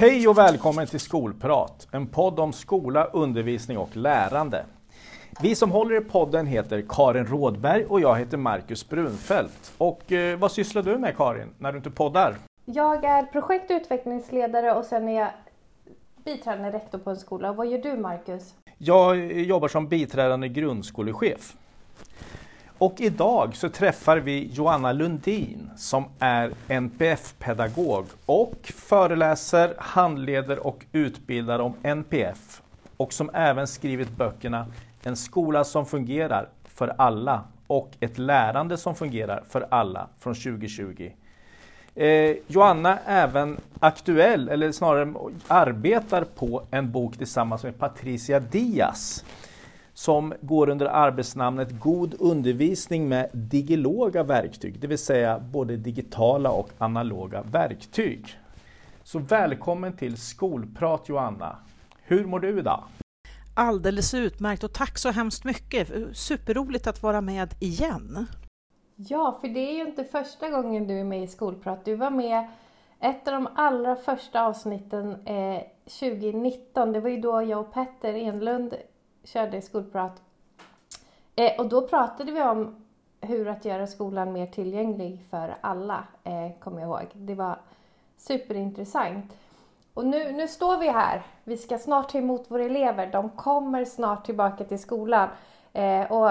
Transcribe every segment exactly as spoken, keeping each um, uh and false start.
Hej och välkommen till Skolprat, en podd om skola, undervisning och lärande. Vi som håller i podden heter Karin Rådberg och jag heter Marcus Brunfeldt. Och eh, vad sysslar du med, Karin, när du inte poddar? Jag är projekt- och utvecklingsledare och sen är jag biträdande rektor på en skola. Och vad gör du, Marcus? Jag jobbar som biträdande grundskolechef. Och idag så träffar vi Joanna Lundin som är N P F-pedagog och föreläser, handleder och utbildar om N P F. Och som även skrivit böckerna En skola som fungerar för alla och Ett lärande som fungerar för alla från tjugo tjugo. Eh, Joanna är även aktuell, eller snarare arbetar på en bok tillsammans med Patricia Diaz som går under arbetsnamnet God undervisning med digiloga verktyg, det vill säga både digitala och analoga verktyg. Så välkommen till Skolprat, Joanna. Hur mår du idag? Alldeles utmärkt och tack så hemskt mycket. Superroligt att vara med igen. Ja, för det är ju inte första gången du är med i Skolprat. Du var med ett av de allra första avsnitten eh, tjugo nitton. Det var ju då jag och Petter Enlund körde Skolprat. Eh, och då pratade vi om hur att göra skolan mer tillgänglig för alla, eh, kommer jag ihåg. Det var superintressant. Och nu, nu står vi här. Vi ska snart ta emot våra elever. De kommer snart tillbaka till skolan. Eh, och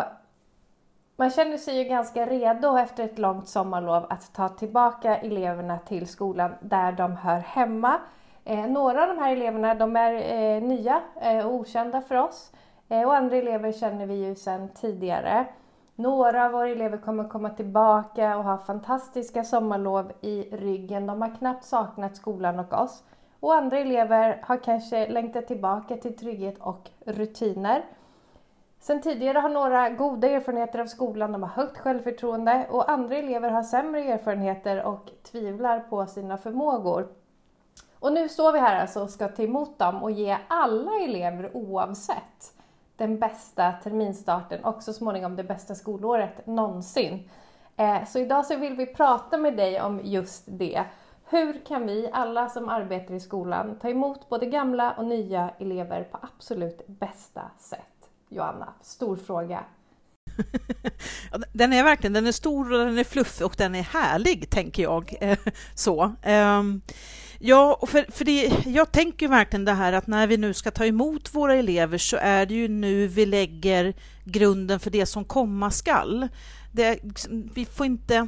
man känner sig ju ganska redo efter ett långt sommarlov att ta tillbaka eleverna till skolan där de hör hemma. Eh, några av de här eleverna de är eh, nya eh, och okända för oss. Eh, och andra elever känner vi ju sedan tidigare. Några av våra elever kommer komma tillbaka och ha fantastiska sommarlov i ryggen. De har knappt saknat skolan och oss. Och andra elever har kanske längtat tillbaka till trygghet och rutiner. Sen tidigare har några goda erfarenheter av skolan, de har högt självförtroende. Och andra elever har sämre erfarenheter och tvivlar på sina förmågor. Och nu står vi här alltså och ska ta emot dem och ge alla elever oavsett den bästa terminstarten och så småningom det bästa skolåret någonsin. Så idag så vill vi prata med dig om just det. Hur kan vi, alla som arbetar i skolan, ta emot både gamla och nya elever på absolut bästa sätt? Joanna, stor fråga. Den är verkligen, den är stor och den är fluffig och den är härlig, tänker jag. Så. Ja, för, för det, jag tänker verkligen det här att när vi nu ska ta emot våra elever så är det ju nu vi lägger grunden för det som komma skall. Det, vi får inte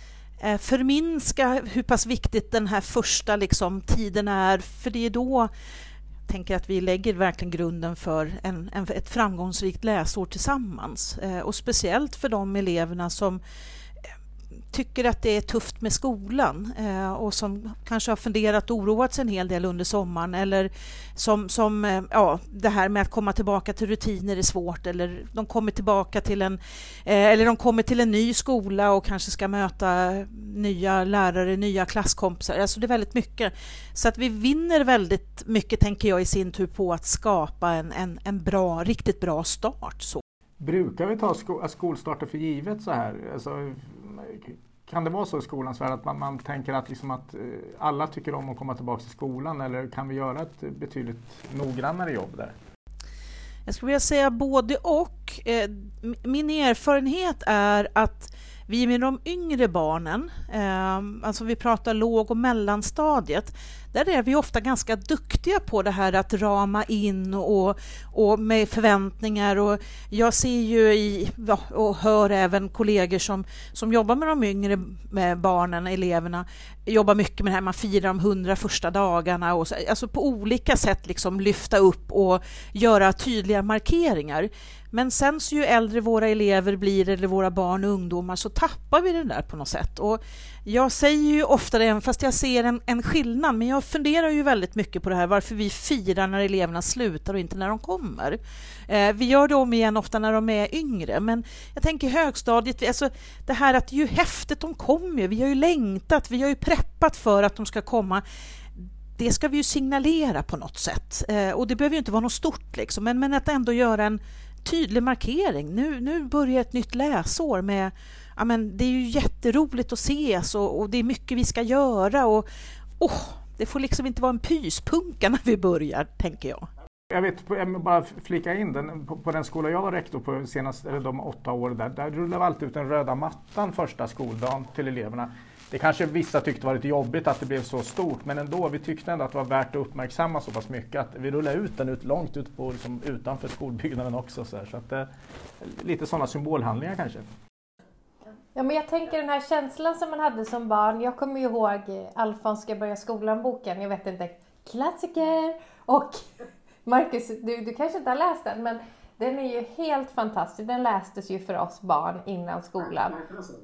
förminska hur pass viktigt den här första liksom, tiden är, för det är då jag tänker att vi lägger verkligen grunden för en, en, ett framgångsrikt läsår tillsammans. Eh, och speciellt för de eleverna som tycker att det är tufft med skolan eh, och som kanske har funderat och oroat sig en hel del under sommaren, eller som, som eh, ja, det här med att komma tillbaka till rutiner är svårt, eller de kommer tillbaka till en eh, eller de kommer till en ny skola och kanske ska möta nya lärare, nya klasskompisar. Alltså det är väldigt mycket. Så att vi vinner väldigt mycket, tänker jag, i sin tur på att skapa en, en, en bra, riktigt bra start. Så. Brukar vi ta sko- skolstarter för givet så här? Alltså, kan det vara så i skolans värld att man, man tänker att, liksom att eh, alla tycker om att komma tillbaka till skolan, eller kan vi göra ett betydligt noggrannare jobb där? Jag skulle vilja säga både och. Eh, min erfarenhet är att vi med de yngre barnen, eh, alltså vi pratar låg- och mellanstadiet, där är vi ofta ganska duktiga på det här att rama in och, och med förväntningar. Och jag ser ju i, och hör även kollegor som, som jobbar med de yngre med barnen, eleverna, jobbar mycket med det här, man firar de hundra första dagarna och så, alltså på olika sätt liksom lyfta upp och göra tydliga markeringar. Men sen så ju äldre våra elever blir, eller våra barn och ungdomar, så tappar vi det där på något sätt. Och jag säger ju ofta det, fast jag ser en, en skillnad, men jag funderar ju väldigt mycket på det här, varför vi firar när eleverna slutar och inte när de kommer. Eh, vi gör det om igen ofta när de är yngre, men jag tänker högstadiet, alltså det här att ju häftigt de kommer, vi har ju längtat, vi har ju preppat för att de ska komma. Det ska vi ju signalera på något sätt. Eh, och det behöver ju inte vara något stort liksom, men, men att ändå göra en tydlig markering. Nu, nu börjar ett nytt läsår med, ja, men det är ju jätteroligt att ses och, och det är mycket vi ska göra och oh, det får liksom inte vara en pyspunka när vi börjar, tänker jag. Jag vet, jag vill bara flika in den, på, på den skola jag var rektor på senast, eller de åtta år där, där rullade vi alltid ut den röda mattan första skoldagen till eleverna. Det kanske vissa tyckte var lite jobbigt att det blev så stort, men ändå, vi tyckte ändå att det var värt att uppmärksamma så pass mycket att vi rullade ut den ut långt ut på, liksom, utanför skolbyggnaden också. Så, här, så att, eh, lite sådana symbolhandlingar kanske. Ja, men jag tänker den här känslan som man hade som barn. Jag kommer ju ihåg Alfons ska börja skolan-boken. Jag vet inte, klassiker. Och Marcus, du, du kanske inte har läst den, men den är ju helt fantastisk. Den lästes ju för oss barn innan skolan.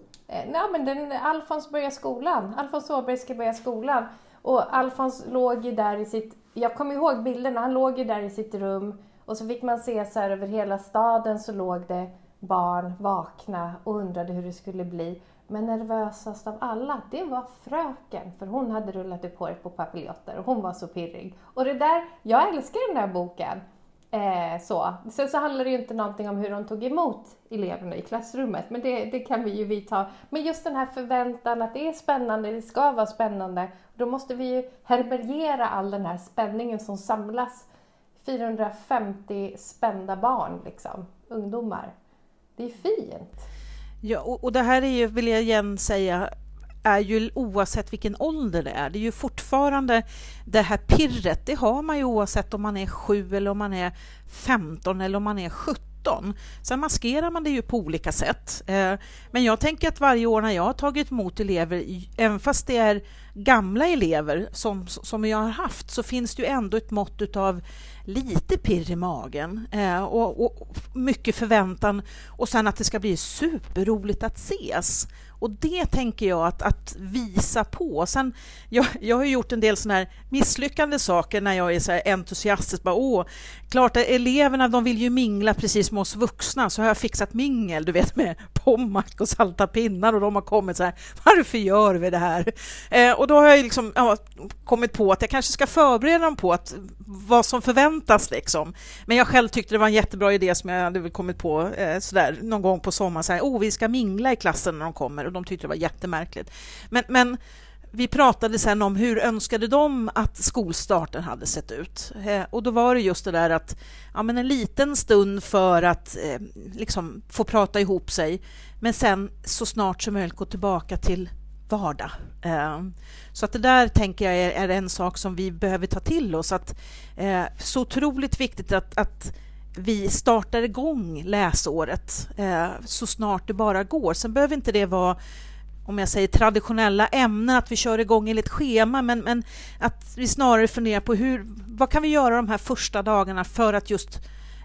Ja, men den, Alfons börjar skolan. Alfons Åberg ska börja skolan. Och Alfons låg ju där i sitt... Jag kommer ihåg bilderna. Han låg ju där i sitt rum. Och så fick man se så här över hela staden så låg det barn vakna och undrade hur det skulle bli. Men nervösast av alla, det var fröken. För hon hade rullat upp håret på papiljotter och hon var så pirrig. Och det där, jag älskar den där boken. Eh, så. Sen så handlar det ju inte någonting om hur de tog emot eleverna i klassrummet. Men det, det kan vi ju vidta. Men just den här förväntan att det är spännande, det ska vara spännande. Då måste vi ju härbärgera all den här spänningen som samlas. fyrahundrafemtio spända barn, liksom, ungdomar. Det är fint. Ja, och, och det här är ju, vill jag igen säga, är ju oavsett vilken ålder det är. Det är ju fortfarande det här pirret, det har man ju oavsett om man är sju eller om man är femton eller om man är sjutton. Sen maskerar man det ju på olika sätt. Men jag tänker att varje år när jag har tagit emot elever, även fast det är gamla elever som, som jag har haft, så finns det ju ändå ett mått av lite pirr i magen eh, och, och mycket förväntan, och sen att det ska bli superroligt att ses. Och det tänker jag att, att visa på. Sen, jag, jag har gjort en del såna här misslyckande saker när jag är så här entusiastisk. Bara, åh, klart att eleverna, de vill ju mingla precis som oss vuxna, så har jag fixat mingel, du vet, med pommack och salta pinnar, och de har kommit så här, varför gör vi det här? Eh, och då har jag liksom ja, kommit på att jag kanske ska förbereda dem på att vad som förväntas liksom. Men jag själv tyckte det var en jättebra idé som jag hade kommit på eh, sådär någon gång på sommaren, så här, oh, vi ska mingla i klassen när de kommer, och de tyckte det var jättemärkligt. Men, men vi pratade sen om hur önskade de att skolstarten hade sett ut. Eh, och då var det just det där att ja, men en liten stund för att eh, liksom få prata ihop sig, men sen så snart som möjligt gå tillbaka till vardag. Eh, så att det där tänker jag är, är en sak som vi behöver ta till oss. Att, eh, så otroligt viktigt att, att vi startar igång läsåret eh, så snart det bara går. Sen behöver inte det vara, om jag säger traditionella ämnen, att vi kör igång enligt schema, men, men att vi snarare funderar på hur, vad kan vi göra de här första dagarna för att just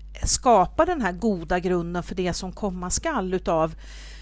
skapa den här goda grunden för det som komma skall utav.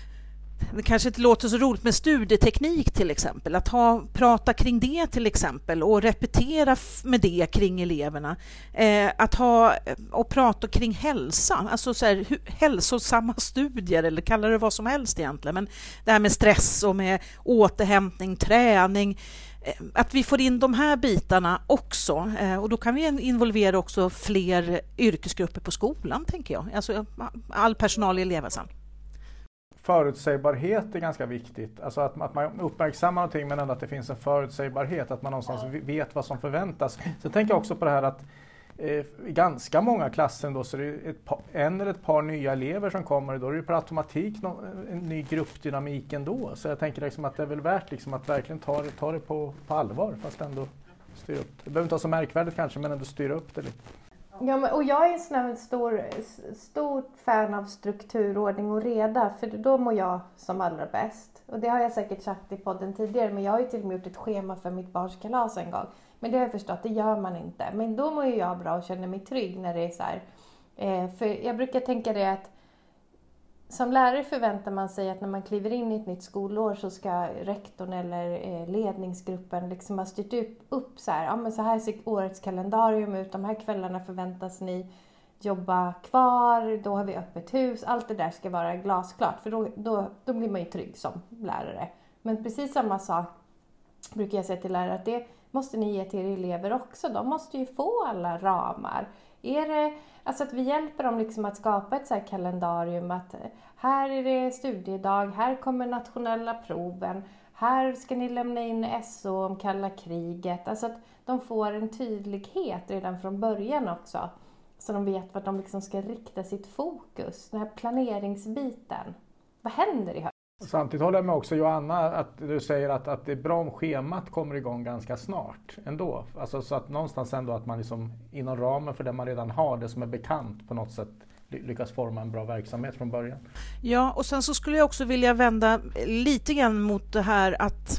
Det kanske inte låter så roligt med studieteknik till exempel, att ha, prata kring det till exempel och repetera med det kring eleverna. Eh, att ha och prata kring hälsa, alltså så här, hälsosamma studier, eller kalla det vad som helst egentligen, men det här med stress och med återhämtning, träning, eh, att vi får in de här bitarna också, eh, och då kan vi involvera också fler yrkesgrupper på skolan, tänker jag, alltså all personal i elevhälsan. Förutsägbarhet är ganska viktigt. Alltså att, att man uppmärksammar någonting, men ändå att det finns en förutsägbarhet, att man någonstans vet vad som förväntas. Så tänker jag också på det här att eh, i ganska många klasser då, så är det ett par, en eller ett par nya elever som kommer, då är det per automatik no, en ny gruppdynamik ändå. Så jag tänker liksom att det är väl värt liksom att verkligen ta, ta det på, på allvar, fast ändå styra upp det. Det behöver inte vara så märkvärdigt kanske, men ändå styra upp det lite. Ja, men, och jag är en sån stor, stor fan av struktur, ordning och reda, för då mår jag som allra bäst. Och det har jag säkert sagt i podden tidigare, men jag har ju till och med gjort ett schema för mitt barns kalas en gång. Men det har jag förstått, det gör man inte. Men då mår ju jag bra och känner mig trygg när det är så här. Eh, för jag brukar tänka det att som lärare förväntar man sig att när man kliver in i ett nytt skolår så ska rektorn eller eh, ledningsgruppen liksom ha styrt upp, upp så här. Ja, men så här ser årets kalendarium ut. De här kvällarna förväntas ni jobba kvar. Då har vi öppet hus. Allt det där ska vara glasklart. För då, då, då blir man ju trygg som lärare. Men precis samma sak brukar jag säga till lärare, att det måste ni ge till er elever också. De måste ju få alla ramar. Är det, alltså att vi hjälper dem liksom att skapa ett så här kalendarium, att här är det studiedag, här kommer nationella proven, här ska ni lämna in S O om kalla kriget. Alltså att de får en tydlighet redan från början också. Så de vet vart de liksom ska rikta sitt fokus. Den här planeringsbiten. Vad händer i höst? Samtidigt håller jag med också, Joanna, att du säger att, att det är bra om schemat kommer igång ganska snart ändå. Alltså så att någonstans ändå att man liksom inom ramen för det man redan har, det som är bekant på något sätt, lyckas forma en bra verksamhet från början. Ja, och sen så skulle jag också vilja vända lite grann mot det här att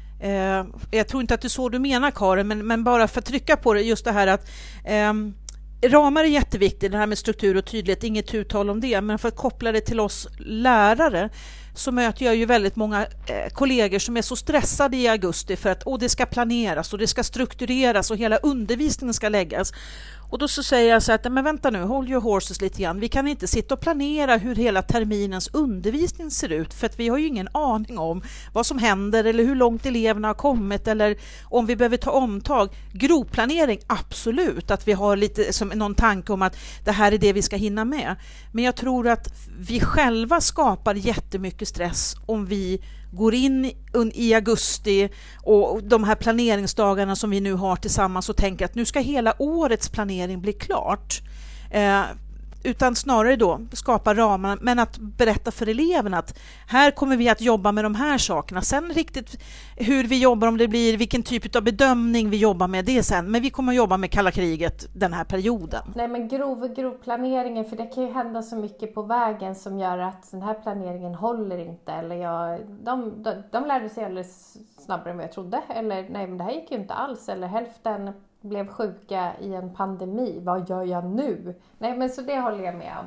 eh, jag tror inte att det är så du menar, Karin, men, men bara för att trycka på det, just det här att eh, ramar är jätteviktigt, det här med struktur och tydlighet, inget uttal om det, men för att koppla det till oss lärare så möter jag ju väldigt många eh, kollegor som är så stressade i augusti för att oh, det ska planeras och det ska struktureras och hela undervisningen ska läggas. Och då så säger jag så att, men vänta nu, hold your horses lite grann. Vi kan inte sitta och planera hur hela terminens undervisning ser ut, för att vi har ju ingen aning om vad som händer eller hur långt eleverna har kommit eller om vi behöver ta omtag. Grovplanering, absolut, att vi har lite som någon tanke om att det här är det vi ska hinna med. Men jag tror att vi själva skapar jättemycket stress om vi går in i augusti och de här planeringsdagarna som vi nu har tillsammans och tänker att nu ska hela årets planering bli klart. Eh, utan snarare då skapa ramarna, men att berätta för eleverna att här kommer vi att jobba med de här sakerna. Sen riktigt hur vi jobbar, om det blir vilken typ av bedömning vi jobbar med, det sen. Men vi kommer att jobba med kalla kriget den här perioden. Nej, men grov, grov planeringen, för det kan ju hända så mycket på vägen som gör att den här planeringen håller inte. Eller jag, de, de, de lärde sig alldeles snabbare än vad jag trodde. Eller nej, men det här gick ju inte alls. Eller hälften blev sjuka i en pandemi. Vad gör jag nu? Nej, men så det håller jag med om.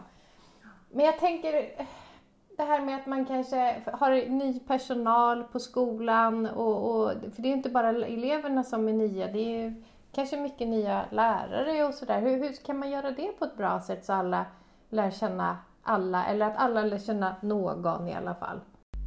Men jag tänker det här med att man kanske har ny personal på skolan. Och, och, för det är inte bara eleverna som är nya. Det är ju kanske mycket nya lärare och sådär. Hur, hur kan man göra det på ett bra sätt så alla lär känna alla? Eller att alla lär känna någon i alla fall.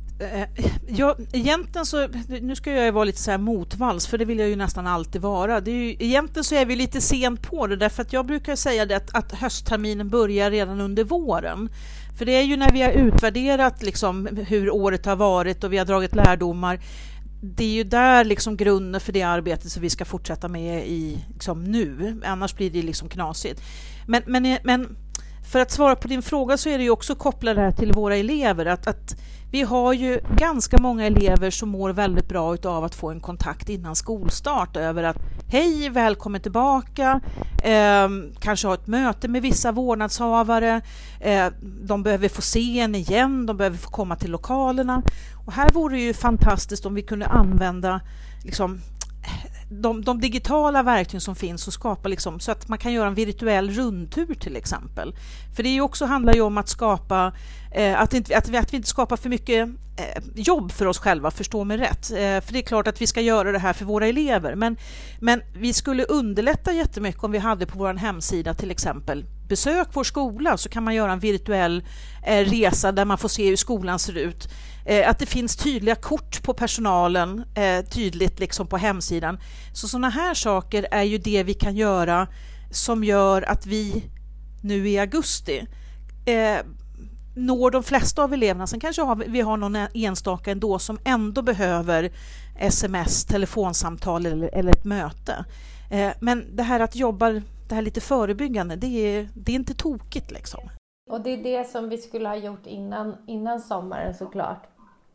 Ja, egentligen så, nu ska jag ju vara lite så här motvalls, för det vill jag ju nästan alltid vara. Det är ju, egentligen så är vi lite sent på det, därför att jag brukar säga det att, att höstterminen börjar redan under våren. För det är ju när vi har utvärderat liksom hur året har varit och vi har dragit lärdomar, det är ju där liksom grunden för det arbetet som vi ska fortsätta med i liksom nu. Annars blir det liksom knasigt. Men, men, men för att svara på din fråga så är det ju också kopplat det här till våra elever, att, att vi har ju ganska många elever som mår väldigt bra av att få en kontakt innan skolstart över att hej, välkommen tillbaka, eh, kanske ha ett möte med vissa vårdnadshavare, eh, de behöver få se en igen, de behöver få komma till lokalerna. Och här vore det ju fantastiskt om vi kunde använda liksom De, de digitala verktyg som finns och skapa liksom, så att man kan göra en virtuell rundtur till exempel. För det är ju också, handlar ju om att skapa eh, att, inte, att, vi, att vi inte skapar för mycket eh, jobb för oss själva, förstå mig rätt. Eh, för det är klart att vi ska göra det här för våra elever. Men, men vi skulle underlätta jättemycket om vi hade på vår hemsida till exempel besök vår skola, så kan man göra en virtuell eh, resa där man får se hur skolan ser ut. Eh, att det finns tydliga kort på personalen, eh, tydligt liksom på hemsidan. Så sådana här saker är ju det vi kan göra som gör att vi nu i augusti eh, når de flesta av eleverna. Sen kanske har vi, vi har någon enstaka ändå som ändå behöver sms, telefonsamtal eller, eller ett möte. Eh, men det här att jobba det här lite förebyggande, det är, det är inte tokigt liksom. Och det är det som vi skulle ha gjort innan, innan sommaren såklart.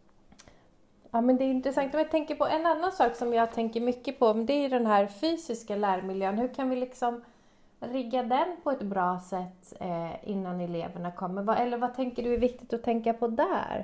Ja, men det är intressant. Jag tänker på en annan sak som jag tänker mycket på. Det är den här fysiska lärmiljön. Hur kan vi liksom rigga den på ett bra sätt eh, innan eleverna kommer? Vad, eller vad tänker du är viktigt att tänka på där?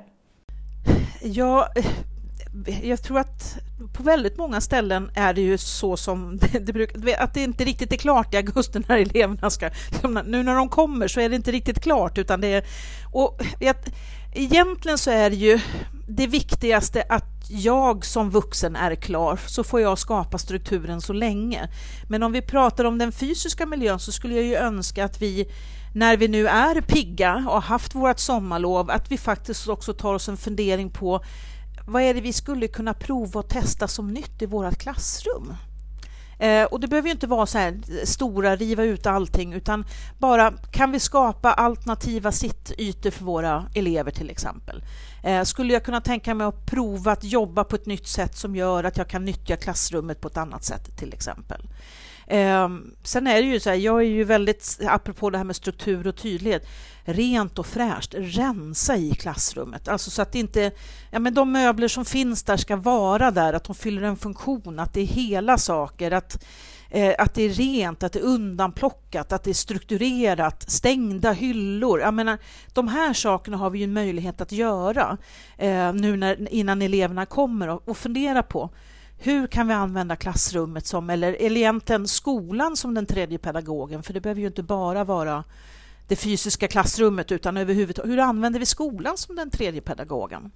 Ja, jag tror att på väldigt många ställen är det ju så som det, det brukar, att det inte riktigt är klart i augusti när eleverna ska, nu när de kommer så är det inte riktigt klart, utan det är, och att, egentligen så är det ju det viktigaste att jag som vuxen är klar, så får jag skapa strukturen så länge. Men om vi pratar om den fysiska miljön så skulle jag ju önska att vi, när vi nu är pigga och har haft vårt sommarlov, att vi faktiskt också tar oss en fundering på vad är det vi skulle kunna prova och testa som nytt i vårt klassrum. Eh, och det behöver ju inte vara så här stora, riva ut allting, utan bara kan vi skapa alternativa sittytor för våra elever till exempel. Eh, skulle jag kunna tänka mig att prova att jobba på ett nytt sätt som gör att jag kan nyttja klassrummet på ett annat sätt till exempel. Eh, sen är det ju så här, jag är ju väldigt, apropå det här med struktur och tydlighet, rent och fräscht, rensa i klassrummet. Alltså så att det inte, ja men de möbler som finns där ska vara där, att de fyller en funktion, att det är hela saker, att, eh, att det är rent, att det är undanplockat, att det är strukturerat, stängda hyllor. Jag menar, de här sakerna har vi ju en möjlighet att göra eh, nu när, innan eleverna kommer och, och fundera på hur kan vi använda klassrummet som, eller egentligen skolan som den tredje pedagogen, för det behöver ju inte bara vara det fysiska klassrummet utan överhuvudtaget, hur använder vi skolan som den tredje pedagogen?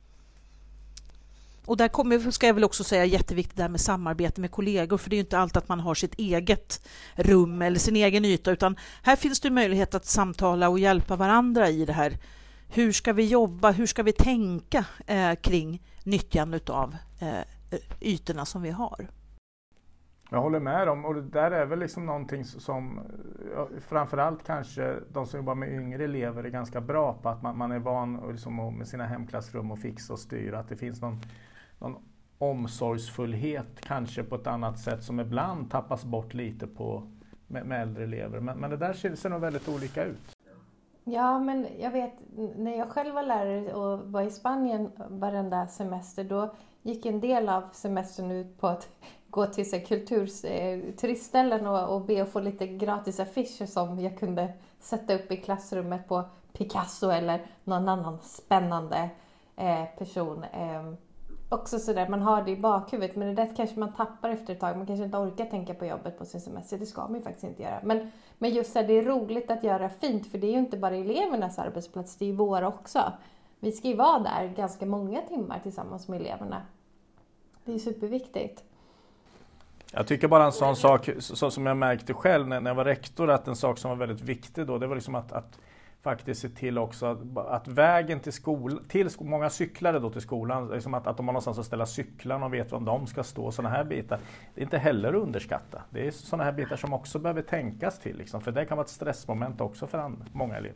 Och där kommer, ska jag väl också säga, jätteviktigt där med samarbete med kollegor, för det är ju inte alltid att man har sitt eget rum eller sin egen yta, utan här finns det möjlighet att samtala och hjälpa varandra i det här. Hur ska vi jobba, hur ska vi tänka eh, kring nyttjandet av eh, ytorna som vi har? Jag håller med om, och det där är väl liksom någonting som framförallt kanske de som jobbar med yngre elever är ganska bra på, att man, man är van liksom med sina hemklassrum och fixa och styra, att det finns någon, någon omsorgsfullhet kanske på ett annat sätt som ibland tappas bort lite på, med, med äldre elever, men, men det där ser, ser nog väldigt olika ut. Ja, men jag vet, när jag själv var lärare och var i Spanien varenda semester, då gick en del av semestern ut på att gå till så kulturturistställen och, och be att få lite gratis affischer som jag kunde sätta upp i klassrummet på Picasso eller någon annan spännande eh, person. Eh, också sådär, man har det i bakhuvudet, men det där kanske man tappar efter ett tag. Man kanske inte orkar tänka på jobbet på sin semester, det ska man ju faktiskt inte göra. Men, men just det, det är roligt att göra fint, för det är ju inte bara elevernas arbetsplats, det är ju våra också. Vi ska ju vara där ganska många timmar tillsammans med eleverna. Det är superviktigt. Jag tycker bara en sån sak så som jag märkte själv när jag var rektor, att en sak som var väldigt viktig då, det var liksom att, att faktiskt se till också att, att vägen till skolan, till sko, många cyklare då till skolan, liksom att, att de har någonstans att ställa cyklarna och vet var de ska stå, sådana här bitar, det är inte heller att underskatta. Det är sådana här bitar som också behöver tänkas till, liksom, för det kan vara ett stressmoment också för många elever.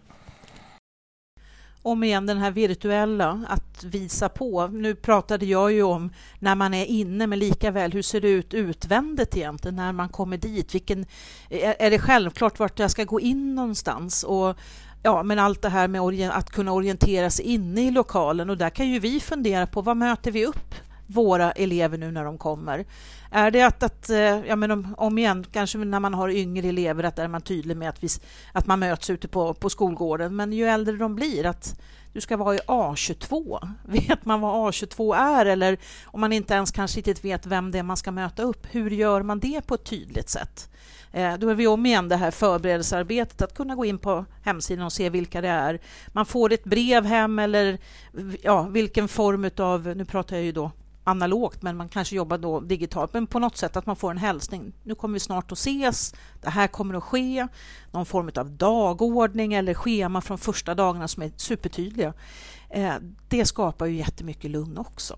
Om igen den här virtuella, att visa på. Nu pratade jag ju om när man är inne, men lika väl hur ser det ut utvändigt egentligen när man kommer dit. Vilken, är det självklart vart jag ska gå in någonstans? Och ja, men allt det här med att kunna orientera sig inne i lokalen, och där kan ju vi fundera på vad möter vi upp våra elever nu när de kommer. Är det att, att ja, men om, om igen, kanske när man har yngre elever, att är man tydlig med att, vi, att man möts ute på, på skolgården, men ju äldre de blir, att du ska vara i A tjugotvå. Vet man vad A tjugotvå är, eller om man inte ens kanske riktigt vet vem det är man ska möta upp, hur gör man det på ett tydligt sätt? Eh, då är vi om igen det här förberedelsearbetet, att kunna gå in på hemsidan och se vilka det är. Man får ett brev hem, eller ja, vilken form av, nu pratar jag ju då analogt, men man kanske jobbar då digitalt, men på något sätt att man får en hälsning. Nu kommer vi snart att ses, det här kommer att ske, någon form av dagordning eller schema från första dagarna som är supertydliga. Eh, det skapar ju jättemycket lugn också.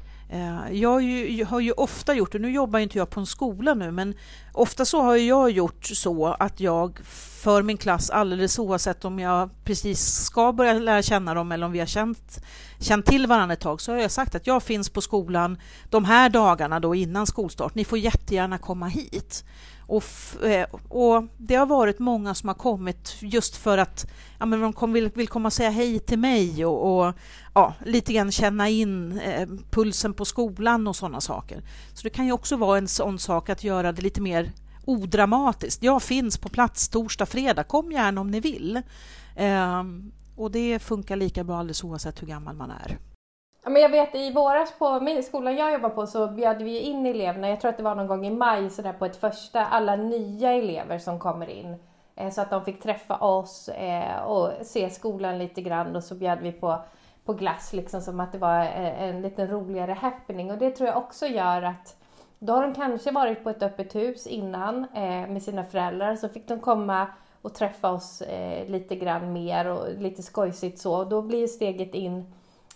Eh, jag, har ju, jag har ju ofta gjort, och nu jobbar inte jag på en skola nu, men ofta så har jag gjort så att jag för min klass, alldeles oavsett om jag precis ska börja lära känna dem eller om vi har känt, känt till varandra ett tag, så har jag sagt att jag finns på skolan de här dagarna då innan skolstart. Ni får jättegärna komma hit. Och, och det har varit många som har kommit just för att ja, men de kom, vill, vill komma och säga hej till mig och, och ja, lite grann känna in eh, pulsen på skolan och sådana saker. Så det kan ju också vara en sån sak att göra det lite mer odramatiskt. Jag finns på plats torsdag, fredag. Kom gärna om ni vill. Eh, och det funkar lika bra alldeles oavsett hur gammal man är. Ja, men jag vet, i våras på min skolan jag jobbar på så bjöd vi in eleverna. Jag tror att det var någon gång i maj så där på ett första, alla nya elever som kommer in. Eh, så att de fick träffa oss eh, och se skolan lite grann. Och så bjöd vi på, på glass liksom, som att det var en, en lite roligare happening. Och det tror jag också gör att då har de kanske varit på ett öppet hus innan eh, med sina föräldrar. Så fick de komma och träffa oss eh, lite grann mer och lite skojsigt så. Och då blir steget in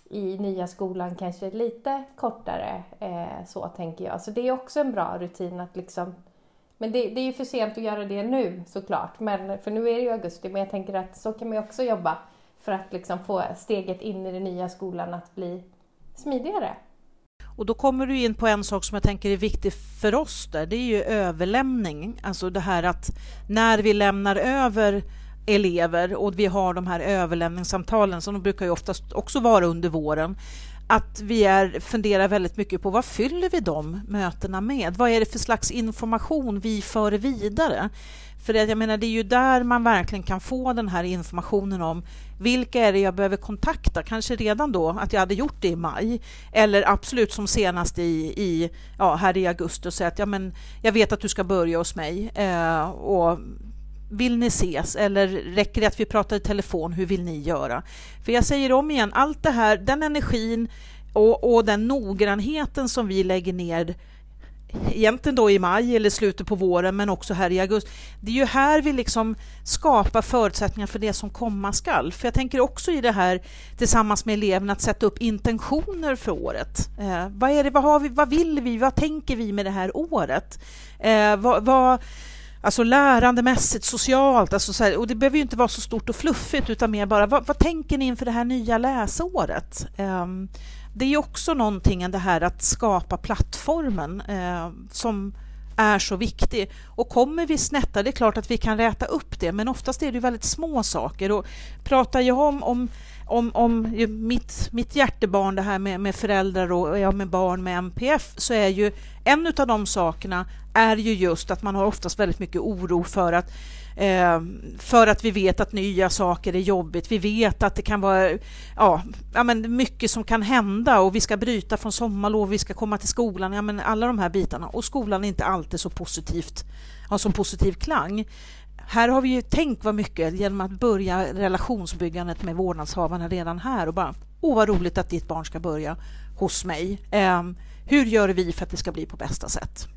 i nya skolan kanske lite kortare, eh, så tänker jag. Så det är också en bra rutin att liksom, men det, det är ju för sent att göra det nu såklart, men, för nu är det ju augusti, men jag tänker att så kan man ju också jobba för att liksom få steget in i den nya skolan att bli smidigare. Och då kommer du in på en sak som jag tänker är viktig för oss där, det är ju överlämning. Alltså det här att när vi lämnar över elever och vi har de här överlämningssamtalen som de brukar ju oftast också vara under våren, att vi är, funderar väldigt mycket på vad fyller vi de mötena med? Vad är det för slags information vi för vidare? För det, jag menar, det är ju där man verkligen kan få den här informationen om vilka är det jag behöver kontakta, kanske redan då att jag hade gjort det i maj, eller absolut som senast i, i ja, här i augusti och säga att ja, men jag vet att du ska börja hos mig eh, och vill ni ses eller räcker det att vi pratar i telefon, hur vill ni göra? För jag säger om igen, allt det här, den energin och, och den noggrannheten som vi lägger ner egentligen då i maj eller slutet på våren, men också här i augusti. Det är ju här vi liksom skapar förutsättningar för det som komma skall. För jag tänker också i det här tillsammans med eleverna att sätta upp intentioner för året. Eh, vad är det, vad har vi, vad vill vi, vad tänker vi med det här året? Eh, vad, vad, alltså lärandemässigt, socialt, alltså så här, och det behöver ju inte vara så stort och fluffigt utan mer bara, vad, vad tänker ni inför det här nya läsåret? Eh, Det är ju också någonting, det här att skapa plattformen eh, som är så viktig. Och kommer vi snetta, det är klart att vi kan räta upp det, men oftast är det väldigt små saker. Och pratar jag om, om, om, om mitt, mitt hjärtebarn, det här med, med föräldrar och ja, med barn med M P F, så är ju en av de sakerna är ju just att man har oftast väldigt mycket oro för att Eh, för att vi vet att nya saker är jobbigt. Vi vet att det kan vara ja, ja, men mycket som kan hända och vi ska bryta från sommarlov, vi ska komma till skolan, ja, men alla de här bitarna. Och skolan är inte alltid så positivt, har så positiv klang. Här har vi ju tänkt vad mycket genom att börja relationsbyggandet med vårdnadshavarna redan här och bara, åh vad roligt att ditt barn ska börja hos mig. Eh, hur gör vi för att det ska bli på bästa sätt?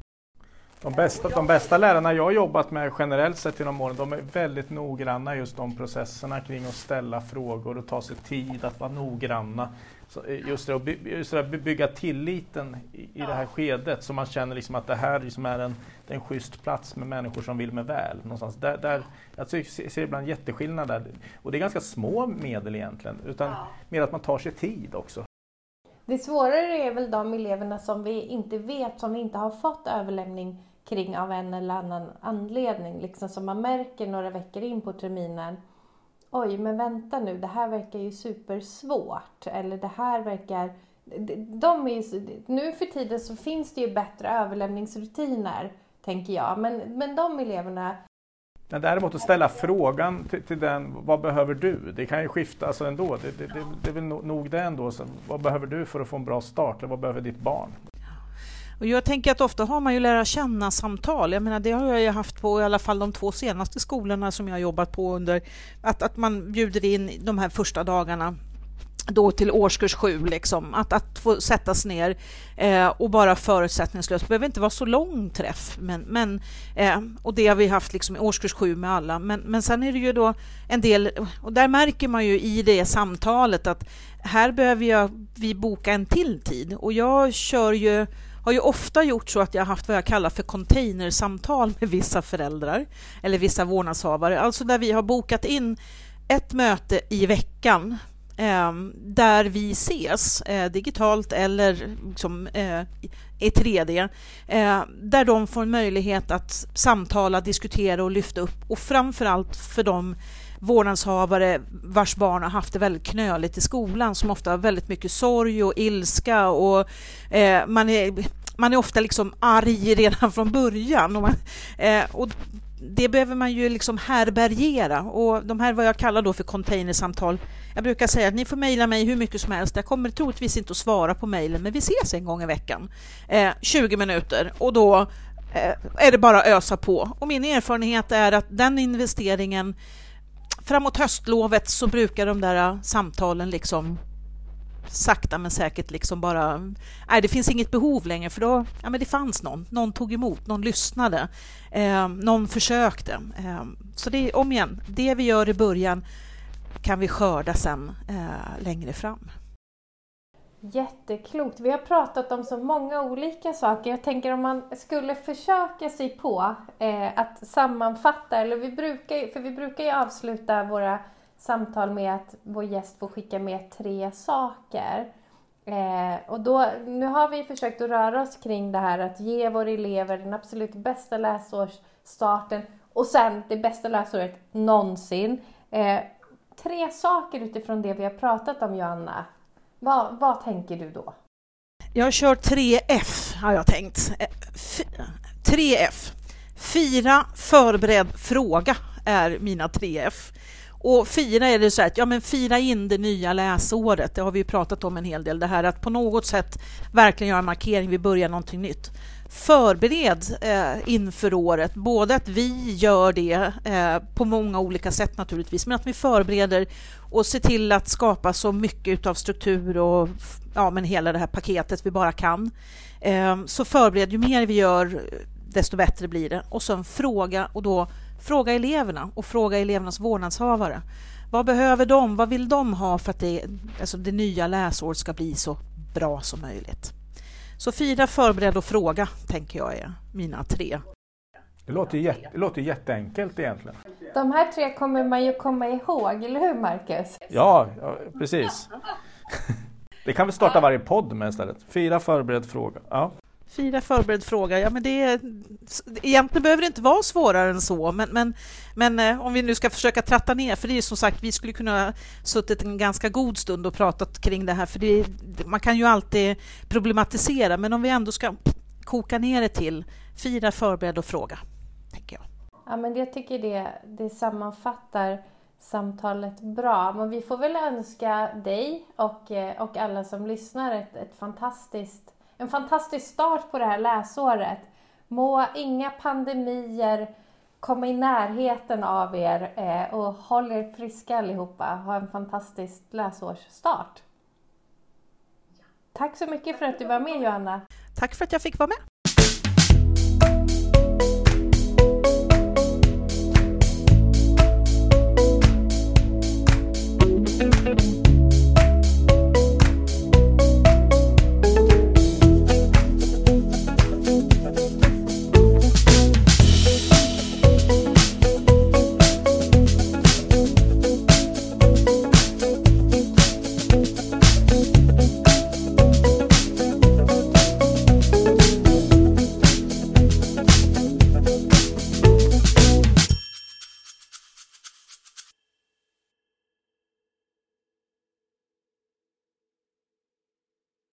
De bästa, de bästa lärarna jag har jobbat med generellt sett genom åren, de är väldigt noggranna just de processerna kring att ställa frågor och ta sig tid att vara noggranna. Så just det, by, just det, bygga tilliten i, i det här skedet så man känner liksom att det här liksom är en, det är en schysst plats med människor som vill med väl. Någonstans. Där, där, jag ser ibland jätteskillnad där. Och det är ganska små medel egentligen, utan mer att man tar sig tid också. Det svårare är väl de eleverna som vi inte vet, som vi inte har fått överlämning kring av en eller annan anledning. Liksom som man märker några veckor in på terminen. Oj, men vänta nu, det här verkar ju supersvårt. Eller det här verkar... De är ju, nu för tiden så finns det ju bättre överlämningsrutiner, tänker jag. Men, men de eleverna... Men däremot att ställa frågan till, till den, vad behöver du? Det kan ju skifta alltså ändå. Det, det, det, det är väl nog det ändå. Så, vad behöver du för att få en bra start? Eller vad behöver ditt barn? Och jag tänker att ofta har man ju lära känna samtal. Jag menar, det har jag ju haft på i alla fall de två senaste skolorna som jag har jobbat på under. Att, att man bjuder in de här första dagarna då till årskurs sju, liksom, att, att få sättas ner eh, och bara förutsättningslöst. Det behöver inte vara så lång träff, men, men, eh, och det har vi haft liksom i årskurs sju med alla. Men, men sen är det ju då en del, och där märker man ju i det samtalet att här behöver jag, vi boka en till tid. Och jag kör ju, har ju ofta gjort så att jag har haft vad jag kallar för containersamtal med vissa föräldrar eller vissa vårdnadshavare. Alltså där vi har bokat in ett möte i veckan Eh, där vi ses eh, digitalt eller liksom, eh, i tre D eh, där de får en möjlighet att samtala, diskutera och lyfta upp, och framförallt för de vårdnadshavare vars barn har haft det väldigt knöligt i skolan, som ofta har väldigt mycket sorg och ilska och eh, man är man är ofta liksom arg redan från början och, man, eh, och det behöver man ju liksom härbärgera, och de här vad jag kallar då för containersamtal. Jag brukar säga att ni får mejla mig hur mycket som helst. Jag kommer troligtvis inte att svara på mejlen, men vi ses en gång i veckan. Eh, tjugo minuter, och då eh, är det bara att ösa på. Och min erfarenhet är att den investeringen framåt höstlovet så brukar de där samtalen liksom sakta men säkert liksom bara, nej, det finns inget behov längre, för då, ja, men det fanns någon, någon tog emot, någon lyssnade, eh, någon försökte. Eh, så det är om igen, det vi gör i början kan vi skörda sen eh, längre fram. Jätteklokt. Vi har pratat om så många olika saker. Jag tänker om man skulle försöka sig på eh, att sammanfatta, eller vi brukar, för vi brukar ju avsluta våra samtal med att vår gäst får skicka med tre saker. Eh, och då, nu har vi försökt att röra oss kring det här att ge våra elever den absolut bästa läsårsstarten och sen det bästa läsåret någonsin. Eh, tre saker utifrån det vi har pratat om, Joanna. Vad, vad tänker du då? Jag kör tre F har jag tänkt. F- tre F. Fira, förbered, fråga är mina tre F. Och fira är det så här att ja, men fira in det nya läsåret. Det har vi ju pratat om en hel del. Det här att på något sätt verkligen göra en markering. Vi börjar någonting nytt. Förbered eh, inför året. Både att vi gör det eh, på många olika sätt naturligtvis. Men att vi förbereder och ser till att skapa så mycket av struktur och ja, men hela det här paketet vi bara kan. Eh, så förbered, ju mer vi gör desto bättre blir det. Och sen fråga och då fråga eleverna och fråga elevernas vårdnadshavare. Vad behöver de? Vad vill de ha för att det, alltså det nya läsåret ska bli så bra som möjligt? Så fira, förbered och fråga tänker jag är mina tre. Det låter, jätte, det låter jätteenkelt egentligen. De här tre kommer man ju komma ihåg, eller hur Marcus? Ja, ja precis. Det kan vi starta varje podd med istället. Fira, förbered, fråga. Ja. Fira, förbered, fråga. Ja, men det är, egentligen behöver det inte vara svårare än så. Men, men, men eh, om vi nu ska försöka tratta ner. För det är som sagt, vi skulle kunna suttit en ganska god stund och pratat kring det här. För det, man kan ju alltid problematisera. Men om vi ändå ska koka ner det till fira, förbered och fråga, tänker jag. Ja, men jag tycker det, det sammanfattar samtalet bra. Men vi får väl önska dig och, och alla som lyssnar ett, ett fantastiskt En fantastisk start på det här läsåret. Må inga pandemier komma i närheten av er eh, och håll er friska allihopa. Ha en fantastisk läsårsstart. Tack så mycket för att du var med, Joanna. Tack för att jag fick vara med.